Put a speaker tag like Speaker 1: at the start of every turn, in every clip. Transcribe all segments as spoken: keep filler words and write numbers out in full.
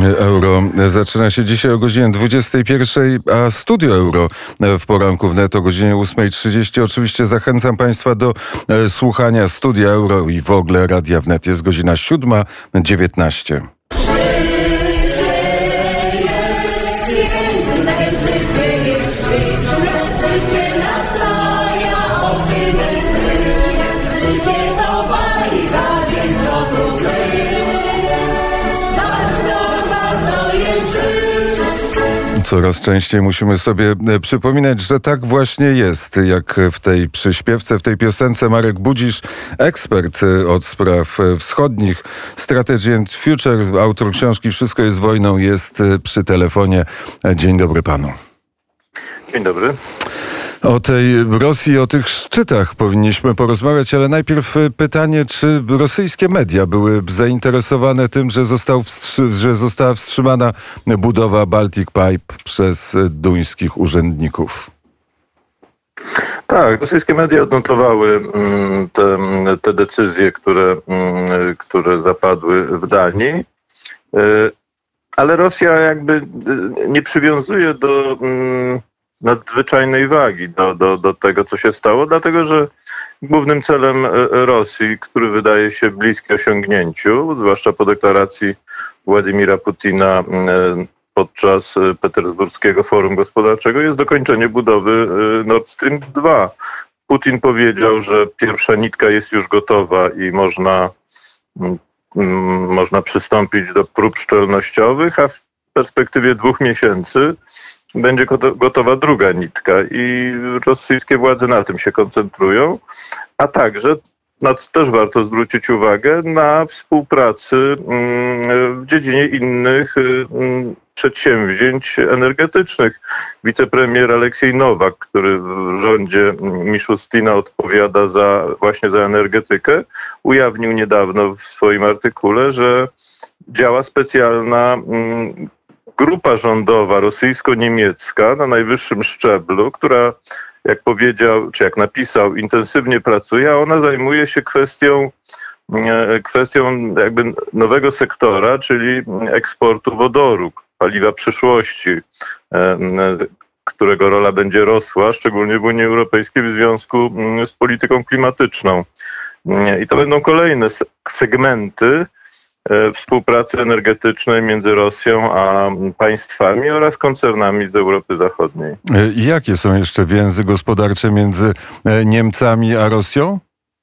Speaker 1: Euro zaczyna się dzisiaj o godzinie dwudziestej pierwszej, a Studio Euro w poranku wnet o godzinie ósmej trzydzieści. Oczywiście zachęcam Państwa do słuchania Studia Euro i w ogóle Radia Wnet. Jest godzina siódma dziewiętnaście. Coraz częściej musimy sobie przypominać, że tak właśnie jest, jak w tej przyśpiewce, w tej piosence. Marek Budzisz, ekspert od spraw wschodnich, Strategy and Future, autor książki Wszystko jest wojną, jest przy telefonie. Dzień dobry panu.
Speaker 2: Dzień dobry.
Speaker 1: O tej Rosji, o tych szczytach powinniśmy porozmawiać, ale najpierw pytanie, czy rosyjskie media były zainteresowane tym, że, został wstrzy- że została wstrzymana budowa Baltic Pipe przez duńskich urzędników?
Speaker 2: Tak, rosyjskie media odnotowały te, te decyzje, które, które zapadły w Danii, ale Rosja jakby nie przywiązuje do nadzwyczajnej wagi do, do, do tego, co się stało, dlatego że głównym celem Rosji, który wydaje się bliski osiągnięciu, zwłaszcza po deklaracji Władimira Putina podczas Petersburskiego Forum Gospodarczego, jest dokończenie budowy Nord Stream dwa. Putin powiedział, że pierwsza nitka jest już gotowa i można, można przystąpić do prób szczelnościowych, a w perspektywie dwóch miesięcy będzie gotowa druga nitka i rosyjskie władze na tym się koncentrują, a także na co też warto zwrócić uwagę, na współpracy w dziedzinie innych przedsięwzięć energetycznych. Wicepremier Aleksiej Nowak, który w rządzie Miszustina odpowiada za, właśnie za energetykę, ujawnił niedawno w swoim artykule, że działa specjalna grupa rządowa rosyjsko-niemiecka na najwyższym szczeblu, która, jak powiedział, czy jak napisał, intensywnie pracuje, a ona zajmuje się kwestią, kwestią jakby nowego sektora, czyli eksportu wodoru, paliwa przyszłości, którego rola będzie rosła, szczególnie w Unii Europejskiej w związku z polityką klimatyczną. I to będą kolejne segmenty współpracy energetycznej między Rosją a państwami oraz koncernami z Europy Zachodniej.
Speaker 1: Jakie są jeszcze więzy gospodarcze między Niemcami a Rosją?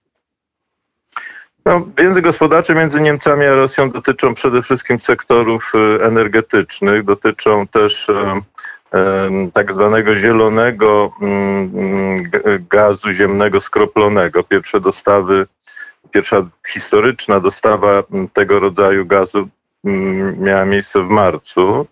Speaker 2: No, więzy gospodarcze między Niemcami a Rosją dotyczą przede wszystkim sektorów energetycznych, dotyczą też e, e, tak zwanego zielonego m, gazu ziemnego skroplonego. Pierwsze dostawy Pierwsza historyczna dostawa tego rodzaju gazu miała miejsce w marcu.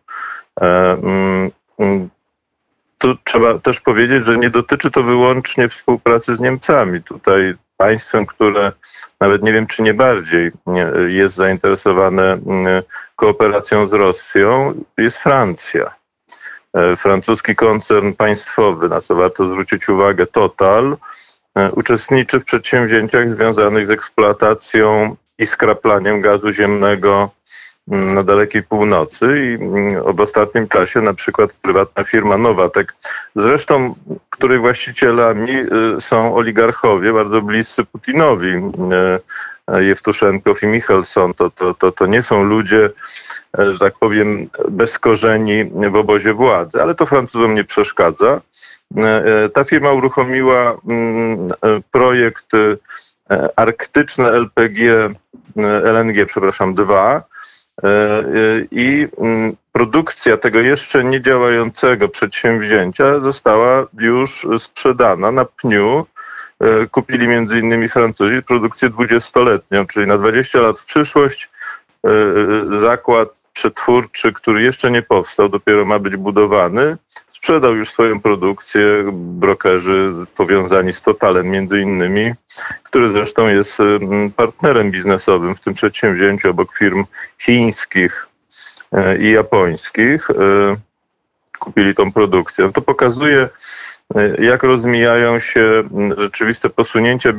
Speaker 2: Tu trzeba też powiedzieć, że nie dotyczy to wyłącznie współpracy z Niemcami. Tutaj państwem, które nawet nie wiem, czy nie bardziej jest zainteresowane kooperacją z Rosją, jest Francja. Francuski koncern państwowy, na co warto zwrócić uwagę, Total, uczestniczy w przedsięwzięciach związanych z eksploatacją i skraplaniem gazu ziemnego na dalekiej północy i w ostatnim czasie na przykład prywatna firma Nowatek, zresztą której właścicielami są oligarchowie bardzo bliscy Putinowi, Jewtuszenkow i Michelson, to, to, to, to nie są ludzie, że tak powiem, bez korzeni w obozie władzy, ale to Francuzom nie przeszkadza. Ta firma uruchomiła projekt arktyczne L P G, L N G, przepraszam, dwa i produkcja tego jeszcze nie działającego przedsięwzięcia została już sprzedana na pniu. Kupili między innymi Francuzi produkcję dwudziestoletnią, czyli na dwadzieścia lat w przyszłość zakład przetwórczy, który jeszcze nie powstał, dopiero ma być budowany, sprzedał już swoją produkcję. Brokerzy powiązani z Totalem między innymi, który zresztą jest partnerem biznesowym w tym przedsięwzięciu obok firm chińskich i japońskich, kupili tą produkcję. To pokazuje, jak rozmijają się rzeczywiste posunięcia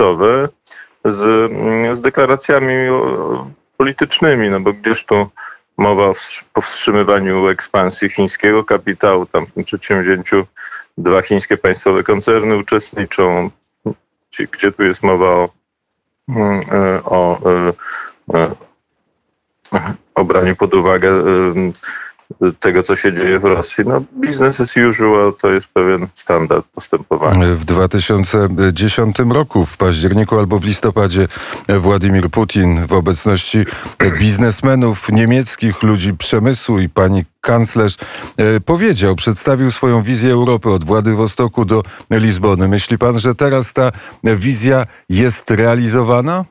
Speaker 2: biznesowe z, z deklaracjami politycznymi, no bo gdzież tu mowa o powstrzymywaniu ekspansji chińskiego kapitału. Tam w tym przedsięwzięciu dwa chińskie państwowe koncerny uczestniczą, gdzie tu jest mowa o, o, o, o braniu pod uwagę tego, co się dzieje w Rosji. No, business as usual to jest pewien standard postępowania.
Speaker 1: W dwa tysiące dziesiątym roku, w październiku albo w listopadzie, Władimir Putin w obecności biznesmenów niemieckich, ludzi przemysłu i pani kanclerz powiedział, przedstawił swoją wizję Europy od Władywostoku do Lizbony. Myśli pan, że teraz ta wizja jest realizowana?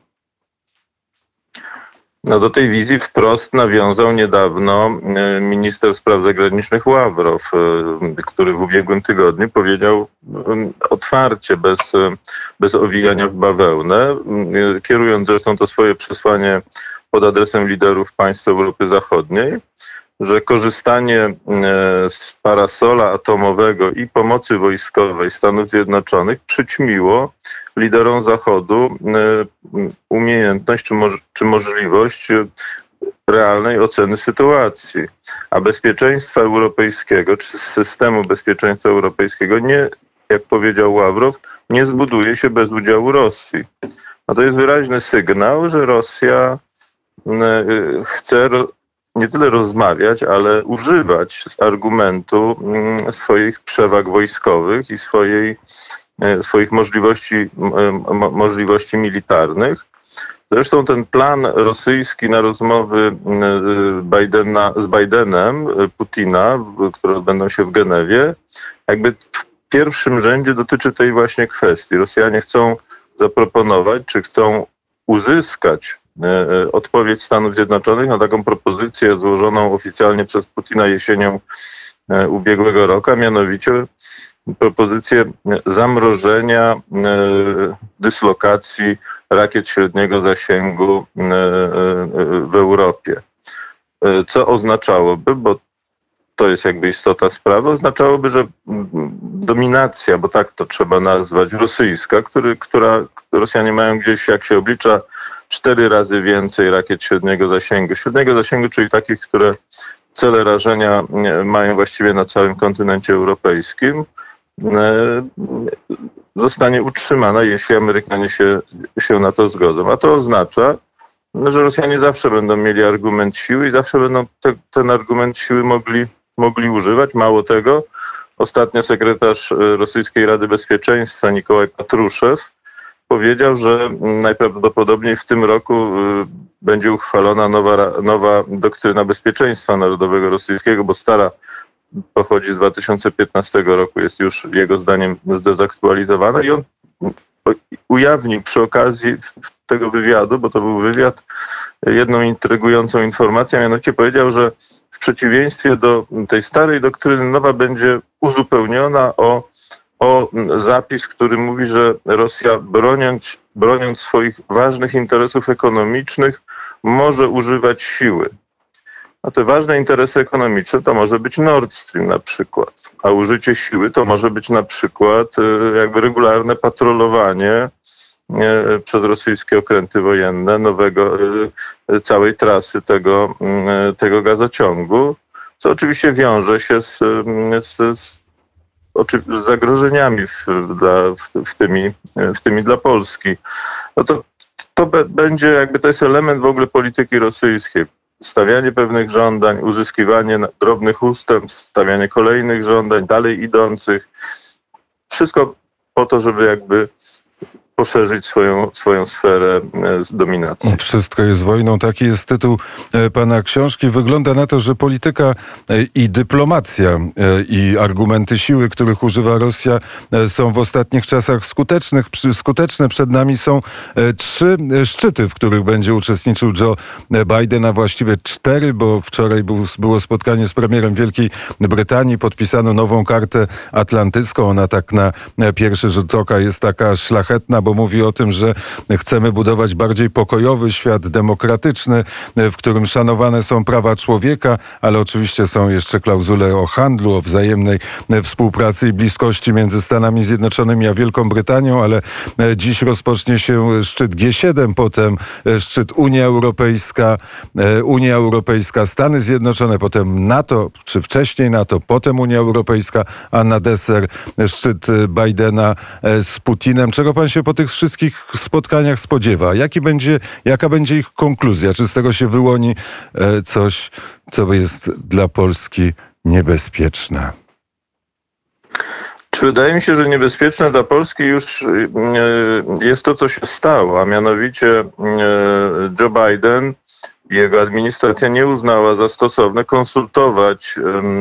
Speaker 2: No do tej wizji wprost nawiązał niedawno minister spraw zagranicznych Ławrow, który w ubiegłym tygodniu powiedział otwarcie, bez, bez owijania w bawełnę, kierując zresztą to swoje przesłanie pod adresem liderów państw Europy Zachodniej, że korzystanie z parasola atomowego i pomocy wojskowej Stanów Zjednoczonych przyćmiło liderom Zachodu umiejętność czy, moż- czy możliwość realnej oceny sytuacji. A bezpieczeństwa europejskiego, czy systemu bezpieczeństwa europejskiego nie, jak powiedział Ławrow, nie zbuduje się bez udziału Rosji. No to jest wyraźny sygnał, że Rosja chce nie tyle rozmawiać, ale używać argumentu swoich przewag wojskowych i swojej, swoich możliwości, możliwości militarnych. Zresztą ten plan rosyjski na rozmowy Bidena, z Bidenem, Putina, które odbędą się w Genewie, jakby w pierwszym rzędzie dotyczy tej właśnie kwestii. Rosjanie chcą zaproponować, czy chcą uzyskać odpowiedź Stanów Zjednoczonych na taką propozycję złożoną oficjalnie przez Putina jesienią ubiegłego roku, a mianowicie propozycję zamrożenia dyslokacji rakiet średniego zasięgu w Europie. Co oznaczałoby, bo to jest jakby istota sprawy, oznaczałoby, że dominacja, bo tak to trzeba nazwać, rosyjska, który, która Rosjanie mają gdzieś, jak się oblicza, cztery razy więcej rakiet średniego zasięgu. Średniego zasięgu, czyli takich, które cele rażenia mają właściwie na całym kontynencie europejskim, zostanie utrzymana, jeśli Amerykanie się, się na to zgodzą. A to oznacza, że Rosjanie zawsze będą mieli argument siły i zawsze będą te, ten argument siły mogli, mogli używać. Mało tego, ostatnio sekretarz Rosyjskiej Rady Bezpieczeństwa Nikołaj Patruszew powiedział, że najprawdopodobniej w tym roku będzie uchwalona nowa, nowa doktryna bezpieczeństwa narodowego rosyjskiego, bo stara pochodzi z dwa tysiące piętnastego roku, jest już jego zdaniem zdezaktualizowana i on ujawnił przy okazji tego wywiadu, bo to był wywiad, jedną intrygującą informację, a mianowicie powiedział, że w przeciwieństwie do tej starej doktryny nowa będzie uzupełniona o, o zapis, który mówi, że Rosja broniąc, broniąc swoich ważnych interesów ekonomicznych może używać siły. A te ważne interesy ekonomiczne to może być Nord Stream na przykład, a użycie siły to może być na przykład jakby regularne patrolowanie przez rosyjskie okręty wojenne nowego, całej trasy tego, tego gazociągu, co oczywiście wiąże się z, z, z, z zagrożeniami w, dla, w, w, tymi, w tymi dla Polski. No to, to be, będzie jakby, to jest element w ogóle polityki rosyjskiej. Stawianie pewnych żądań, uzyskiwanie drobnych ustępstw, stawianie kolejnych żądań, dalej idących. Wszystko po to, żeby jakby poszerzyć swoją, swoją sferę dominacji.
Speaker 1: Wszystko jest wojną. Taki jest tytuł pana książki. Wygląda na to, że polityka i dyplomacja i argumenty siły, których używa Rosja, są w ostatnich czasach skutecznych, skuteczne. Przed nami są trzy szczyty, w których będzie uczestniczył Joe Biden, a właściwie cztery, bo wczoraj był, było spotkanie z premierem Wielkiej Brytanii. Podpisano nową kartę atlantycką. Ona tak na pierwszy rzut oka jest taka szlachetna, bo bo mówi o tym, że chcemy budować bardziej pokojowy świat, demokratyczny, w którym szanowane są prawa człowieka, ale oczywiście są jeszcze klauzule o handlu, o wzajemnej współpracy i bliskości między Stanami Zjednoczonymi a Wielką Brytanią, ale dziś rozpocznie się szczyt G siedem, potem szczyt Unia Europejska, Unia Europejska, Stany Zjednoczone, potem NATO, czy wcześniej NATO, potem Unia Europejska, a na deser szczyt Bidena z Putinem. Czego pan się po tych wszystkich spotkaniach spodziewa? Jaki będzie, jaka będzie ich konkluzja? Czy z tego się wyłoni coś, co jest dla Polski niebezpieczne?
Speaker 2: Czy wydaje mi się, że niebezpieczne dla Polski już jest to, co się stało, a mianowicie Joe Biden i jego administracja nie uznała za stosowne konsultować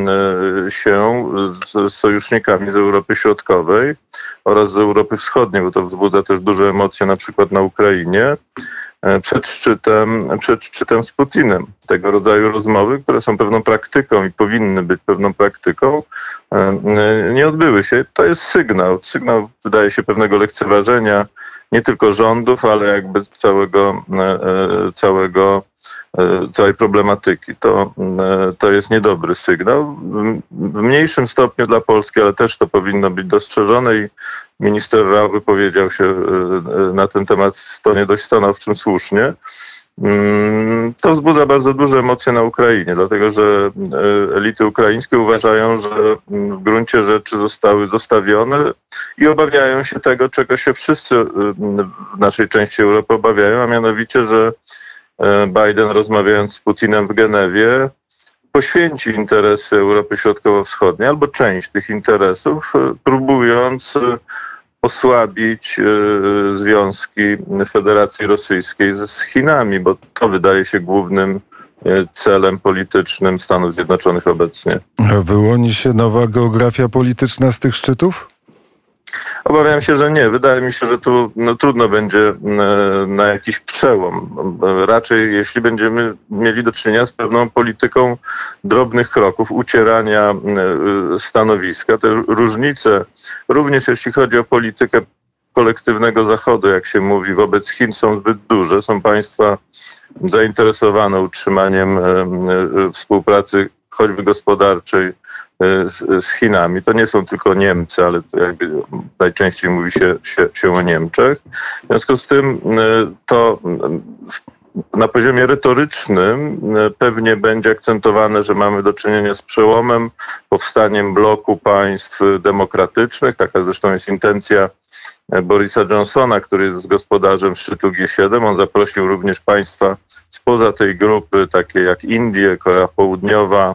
Speaker 2: się z sojusznikami z Europy Środkowej oraz z Europy Wschodniej, bo to wzbudza też duże emocje na przykład na Ukrainie, przed szczytem, przed szczytem z Putinem. Tego rodzaju rozmowy, które są pewną praktyką i powinny być pewną praktyką, nie odbyły się. To jest sygnał. Sygnał, wydaje się, pewnego lekceważenia nie tylko rządów, ale jakby całego, całego całej problematyki. To, to jest niedobry sygnał. W mniejszym stopniu dla Polski, ale też to powinno być dostrzeżone i minister Rau wypowiedział się na ten temat w tonie dość stanowczym, słusznie. To wzbudza bardzo duże emocje na Ukrainie, dlatego że elity ukraińskie uważają, że w gruncie rzeczy zostały zostawione i obawiają się tego, czego się wszyscy w naszej części Europy obawiają, a mianowicie, że Biden, rozmawiając z Putinem w Genewie, poświęci interesy Europy Środkowo-Wschodniej albo część tych interesów, próbując osłabić związki Federacji Rosyjskiej z Chinami, bo to wydaje się głównym celem politycznym Stanów Zjednoczonych obecnie.
Speaker 1: A wyłoni się nowa geografia polityczna z tych szczytów?
Speaker 2: Obawiam się, że nie. Wydaje mi się, że tu no, trudno będzie na jakiś przełom. Raczej jeśli będziemy mieli do czynienia z pewną polityką drobnych kroków, ucierania stanowiska, te różnice, również jeśli chodzi o politykę kolektywnego Zachodu, jak się mówi, wobec Chin są zbyt duże. Są państwa zainteresowane utrzymaniem współpracy choćby gospodarczej z, z Chinami. To nie są tylko Niemcy, ale to jakby najczęściej mówi się, się, się o Niemczech. W związku z tym to na poziomie retorycznym pewnie będzie akcentowane, że mamy do czynienia z przełomem, powstaniem bloku państw demokratycznych. Taka zresztą jest intencja Borisa Johnsona, który jest gospodarzem szczytu G siedem. On zaprosił również państwa spoza tej grupy, takie jak Indie, Korea Południowa,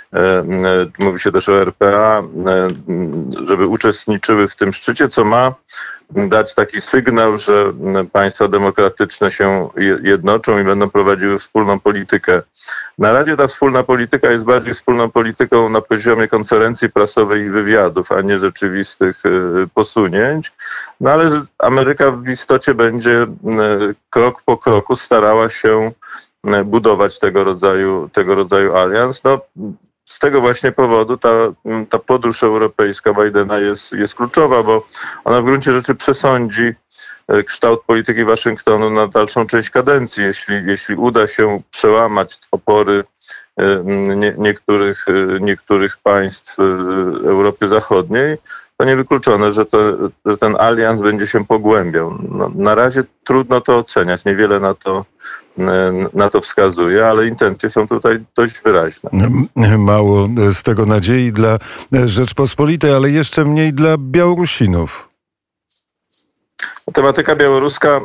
Speaker 2: mówi się też o R P A, żeby uczestniczyły w tym szczycie, co ma dać taki sygnał, że państwa demokratyczne się jednoczą i będą prowadziły wspólną politykę. Na razie ta wspólna polityka jest bardziej wspólną polityką na poziomie konferencji prasowej i wywiadów, a nie rzeczywistych posunięć. No ale Ameryka w istocie będzie krok po kroku starała się budować tego rodzaju, tego rodzaju alians. No, z tego właśnie powodu ta, ta podróż europejska Bidena jest, jest kluczowa, bo ona w gruncie rzeczy przesądzi kształt polityki Waszyngtonu na dalszą część kadencji. Jeśli, jeśli uda się przełamać opory nie, niektórych, niektórych państw Europy Zachodniej, to niewykluczone, że, to, że ten alians będzie się pogłębiał. No, na razie trudno to oceniać, niewiele na to na to wskazuje, ale intencje są tutaj dość wyraźne.
Speaker 1: Mało z tego nadziei dla Rzeczpospolitej, ale jeszcze mniej dla Białorusinów.
Speaker 2: Tematyka białoruska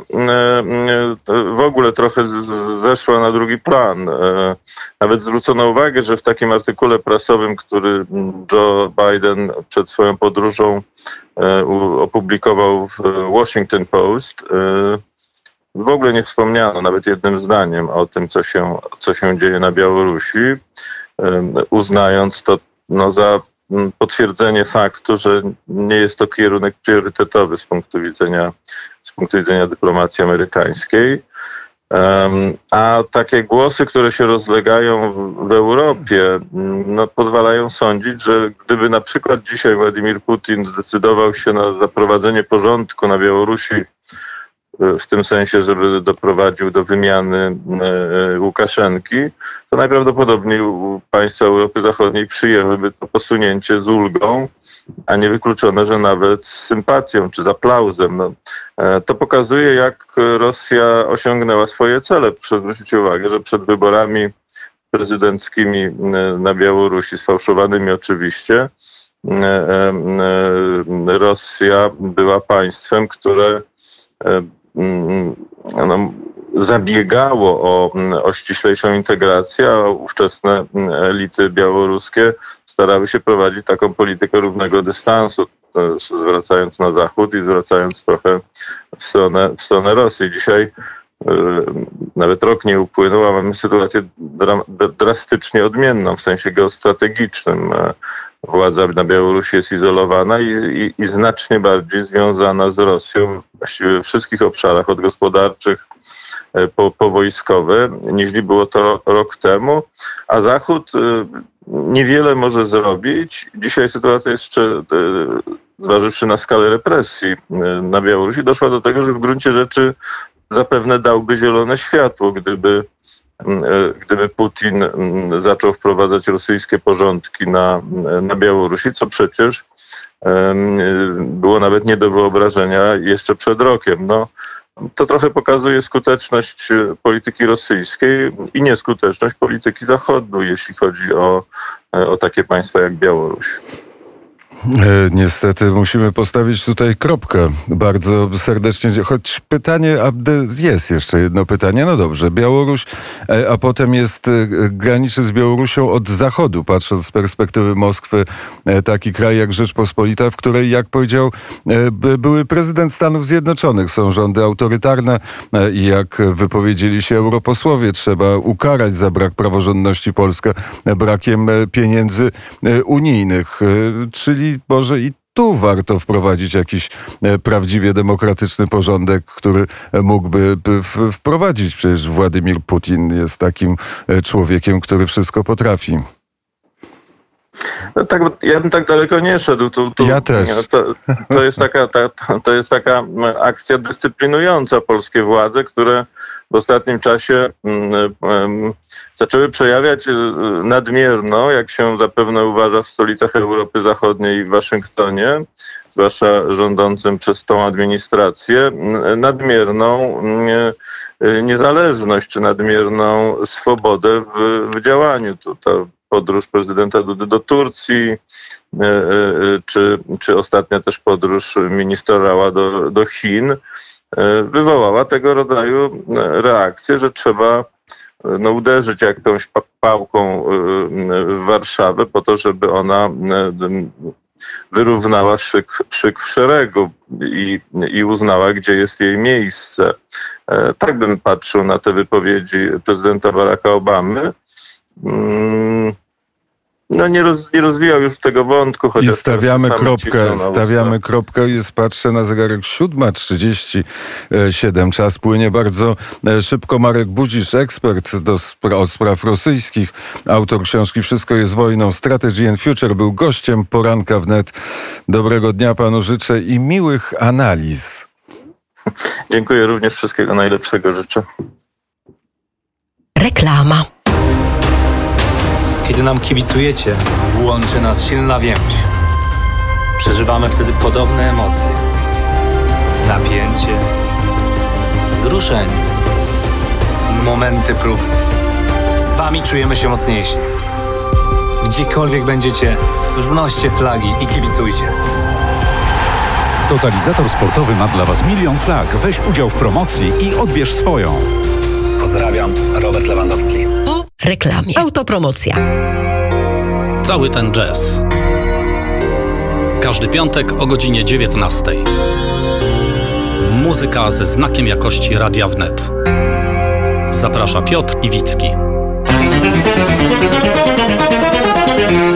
Speaker 2: w ogóle trochę zeszła na drugi plan. Nawet zwrócono uwagę, że w takim artykule prasowym, który Joe Biden przed swoją podróżą opublikował w Washington Post, w ogóle nie wspomniano nawet jednym zdaniem o tym, co się, co się dzieje na Białorusi, uznając to no, za potwierdzenie faktu, że nie jest to kierunek priorytetowy z punktu widzenia, z punktu widzenia dyplomacji amerykańskiej. A takie głosy, które się rozlegają w, w Europie, no, pozwalają sądzić, że gdyby na przykład dzisiaj Władimir Putin zdecydował się na zaprowadzenie porządku na Białorusi, w tym sensie, żeby doprowadził do wymiany Łukaszenki, to najprawdopodobniej państwa Europy Zachodniej przyjęłyby to posunięcie z ulgą, a nie wykluczone, że nawet z sympatią czy z aplauzem. No, to pokazuje, jak Rosja osiągnęła swoje cele. Proszę zwrócić uwagę, że przed wyborami prezydenckimi na Białorusi, sfałszowanymi oczywiście, Rosja była państwem, które no, zabiegało o, o ściślejszą integrację, a ówczesne elity białoruskie starały się prowadzić taką politykę równego dystansu, zwracając na zachód i zwracając trochę w stronę, w stronę Rosji. Dzisiaj nawet rok nie upłynął, a mamy sytuację dra, drastycznie odmienną w sensie geostrategicznym. Władza na Białorusi jest izolowana i, i, i znacznie bardziej związana z Rosją właściwie we wszystkich obszarach, od gospodarczych po, po wojskowe, niż było to rok temu, a Zachód niewiele może zrobić. Dzisiaj sytuacja jeszcze, zważywszy na skalę represji na Białorusi, doszła do tego, że w gruncie rzeczy zapewne dałby zielone światło, gdyby gdyby Putin zaczął wprowadzać rosyjskie porządki na, na Białorusi, co przecież było nawet nie do wyobrażenia jeszcze przed rokiem. No, to trochę pokazuje skuteczność polityki rosyjskiej i nieskuteczność polityki zachodniej, jeśli chodzi o, o takie państwa jak Białoruś.
Speaker 1: Niestety musimy postawić tutaj kropkę. Bardzo serdecznie, choć pytanie, a jest jeszcze jedno pytanie. No dobrze, Białoruś, a potem jest, graniczy z Białorusią od zachodu, patrząc z perspektywy Moskwy, taki kraj jak Rzeczpospolita, w której, jak powiedział były prezydent Stanów Zjednoczonych, są rządy autorytarne i jak wypowiedzieli się europosłowie, trzeba ukarać za brak praworządności Polskę brakiem pieniędzy unijnych, czyli może i tu warto wprowadzić jakiś prawdziwie demokratyczny porządek, który mógłby wprowadzić. Przecież Władimir Putin jest takim człowiekiem, który wszystko potrafi.
Speaker 2: No tak, ja bym tak daleko nie szedł. Tu, tu,
Speaker 1: ja też.
Speaker 2: To, to, jest taka, ta, to jest taka akcja dyscyplinująca polskie władze, które w ostatnim czasie um, um, zaczęły przejawiać nadmierną, jak się zapewne uważa w stolicach Europy Zachodniej i w Waszyngtonie, zwłaszcza rządzącym przez tą administrację, nadmierną niezależność czy nadmierną swobodę w, w działaniu. To, to podróż prezydenta Dudy do Turcji, czy, czy ostatnia też podróż ministra Rała do, do Chin, wywołała tego rodzaju reakcję, że trzeba no, uderzyć jakąś pałką w Warszawę po to, żeby ona wyrównała szyk, szyk w szeregu i, i uznała, gdzie jest jej miejsce. Tak bym patrzył na te wypowiedzi prezydenta Baracka Obamy. No nie, roz, nie rozwijał już tego wątku.
Speaker 1: I stawiamy kropkę, stawiamy kropkę. Jest, patrzę na zegarek, siódma trzydzieści siedem. Czas płynie bardzo szybko. Marek Budzisz, ekspert do spra- od spraw rosyjskich, autor książki Wszystko jest wojną, Strategy and Future, był gościem poranka wnet. Dobrego dnia panu życzę i miłych analiz.
Speaker 2: Dziękuję, również wszystkiego najlepszego życzę.
Speaker 3: Reklama.
Speaker 4: Kiedy nam kibicujecie, łączy nas silna więź. Przeżywamy wtedy podobne emocje. Napięcie, wzruszenie, momenty próby. Z wami czujemy się mocniejsi. Gdziekolwiek będziecie, wznoście flagi i kibicujcie.
Speaker 5: Totalizator sportowy ma dla was milion flag. Weź udział w promocji i odbierz swoją.
Speaker 6: Pozdrawiam, Robert Lewandowski.
Speaker 3: Po reklamie. Autopromocja.
Speaker 7: Cały ten jazz. Każdy piątek o godzinie dziewiętnastej. Muzyka ze znakiem jakości Radia Wnet. Zaprasza Piotr Iwicki.